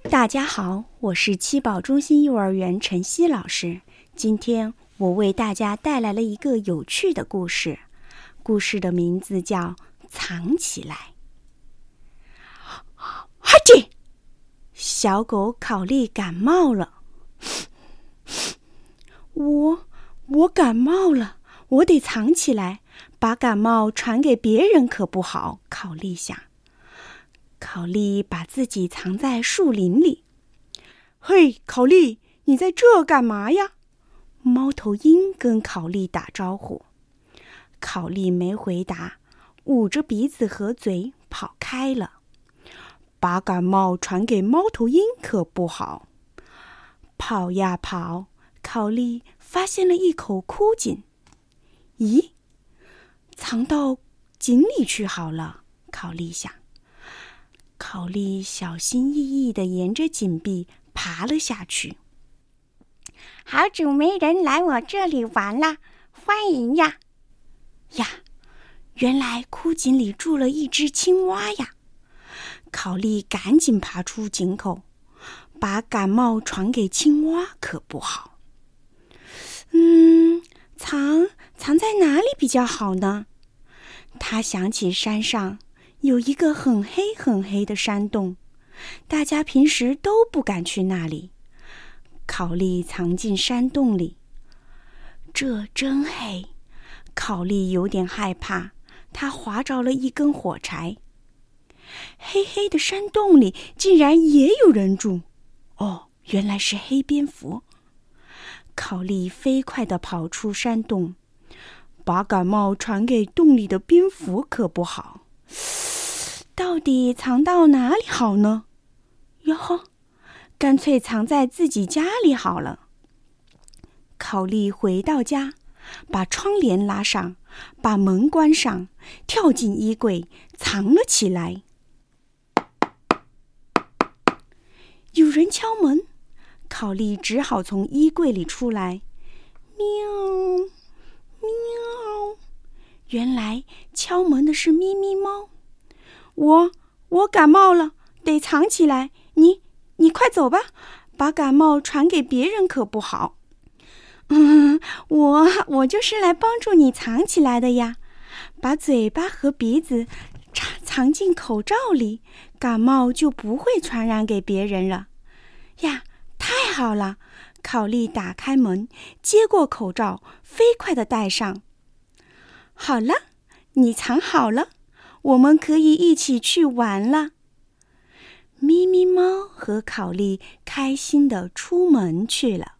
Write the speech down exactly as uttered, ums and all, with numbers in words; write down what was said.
大家好，我是七宝中心幼儿园晨曦老师。今天我为大家带来了一个有趣的故事，故事的名字叫《藏起来》。哈嚏！小狗考利感冒了。我我感冒了，我得藏起来，把感冒传给别人可不好。考利想。考利把自己藏在树林里。嘿，考利，你在这干嘛呀？猫头鹰跟考利打招呼。考利没回答，捂着鼻子和嘴跑开了。把感冒传给猫头鹰可不好。跑呀跑，考利发现了一口枯井。咦，藏到井里去好了，考利想。考利小心翼翼地沿着井壁爬了下去。好久没人来我这里玩了，欢迎呀！呀，原来枯井里住了一只青蛙呀！考利赶紧爬出井口，把感冒传给青蛙可不好。嗯，藏藏在哪里比较好呢？他想起山上有一个很黑很黑的山洞，大家平时都不敢去那里。考利藏进山洞里，这真黑，考利有点害怕，他划着了一根火柴。黑黑的山洞里竟然也有人住，哦，原来是黑蝙蝠。考利飞快地跑出山洞，把感冒传给洞里的蝙蝠可不好。到底藏到哪里好呢？哟呵，干脆藏在自己家里好了。考利回到家，把窗帘拉上，把门关上，跳进衣柜，藏了起来。有人敲门，考利只好从衣柜里出来。喵，喵！原来敲门的是咪咪猫。我我感冒了，得藏起来。你你快走吧，把感冒传给别人可不好。嗯，我我就是来帮助你藏起来的呀。把嘴巴和鼻子藏藏进口罩里，感冒就不会传染给别人了。呀，太好了！考利打开门，接过口罩，飞快地戴上。好了，你藏好了，我们可以一起去玩了。咪咪猫和考利开心地出门去了。